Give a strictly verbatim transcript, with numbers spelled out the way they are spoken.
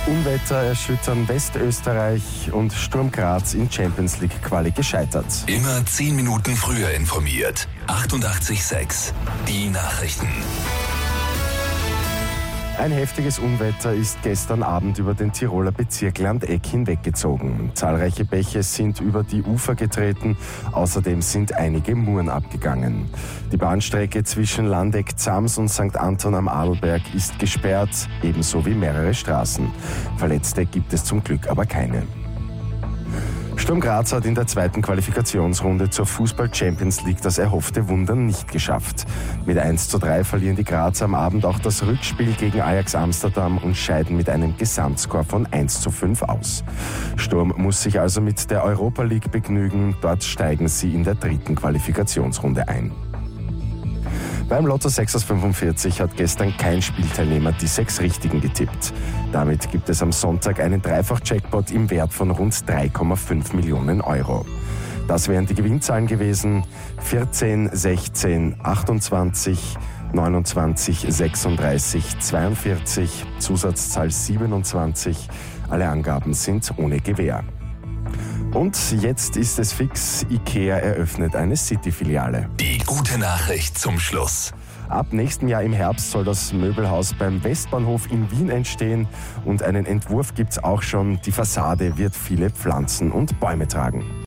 Unwetter erschüttern Westösterreich und Sturm Graz in Champions League Quali gescheitert. Immer zehn Minuten früher informiert. achtundachtzig Komma sechs. Die Nachrichten. Ein heftiges Unwetter ist gestern Abend über den Tiroler Bezirk Landeck hinweggezogen. Zahlreiche Bäche sind über die Ufer getreten, außerdem sind einige Muren abgegangen. Die Bahnstrecke zwischen Landeck-Zams und Sankt Anton am Arlberg ist gesperrt, ebenso wie mehrere Straßen. Verletzte gibt es zum Glück aber keine. Sturm Graz hat in der zweiten Qualifikationsrunde zur Fußball-Champions League das erhoffte Wunder nicht geschafft. Mit eins zu drei verlieren die Grazer am Abend auch das Rückspiel gegen Ajax Amsterdam und scheiden mit einem Gesamtscore von eins zu fünf aus. Sturm muss sich also mit der Europa League begnügen, dort steigen sie in der dritten Qualifikationsrunde ein. Beim Lotto sechs aus fünfundvierzig hat gestern kein Spielteilnehmer die sechs Richtigen getippt. Damit gibt es am Sonntag einen Dreifach-Jackpot im Wert von rund drei Komma fünf Millionen Euro. Das wären die Gewinnzahlen gewesen: vierzehn, sechzehn, achtundzwanzig, neunundzwanzig, sechsunddreißig, zweiundvierzig, Zusatzzahl siebenundzwanzig. Alle Angaben sind ohne Gewähr. Und jetzt ist es fix, IKEA eröffnet eine City-Filiale. Die gute Nachricht zum Schluss. Ab nächstem Jahr im Herbst soll das Möbelhaus beim Westbahnhof in Wien entstehen und einen Entwurf gibt's auch schon. Die Fassade wird viele Pflanzen und Bäume tragen.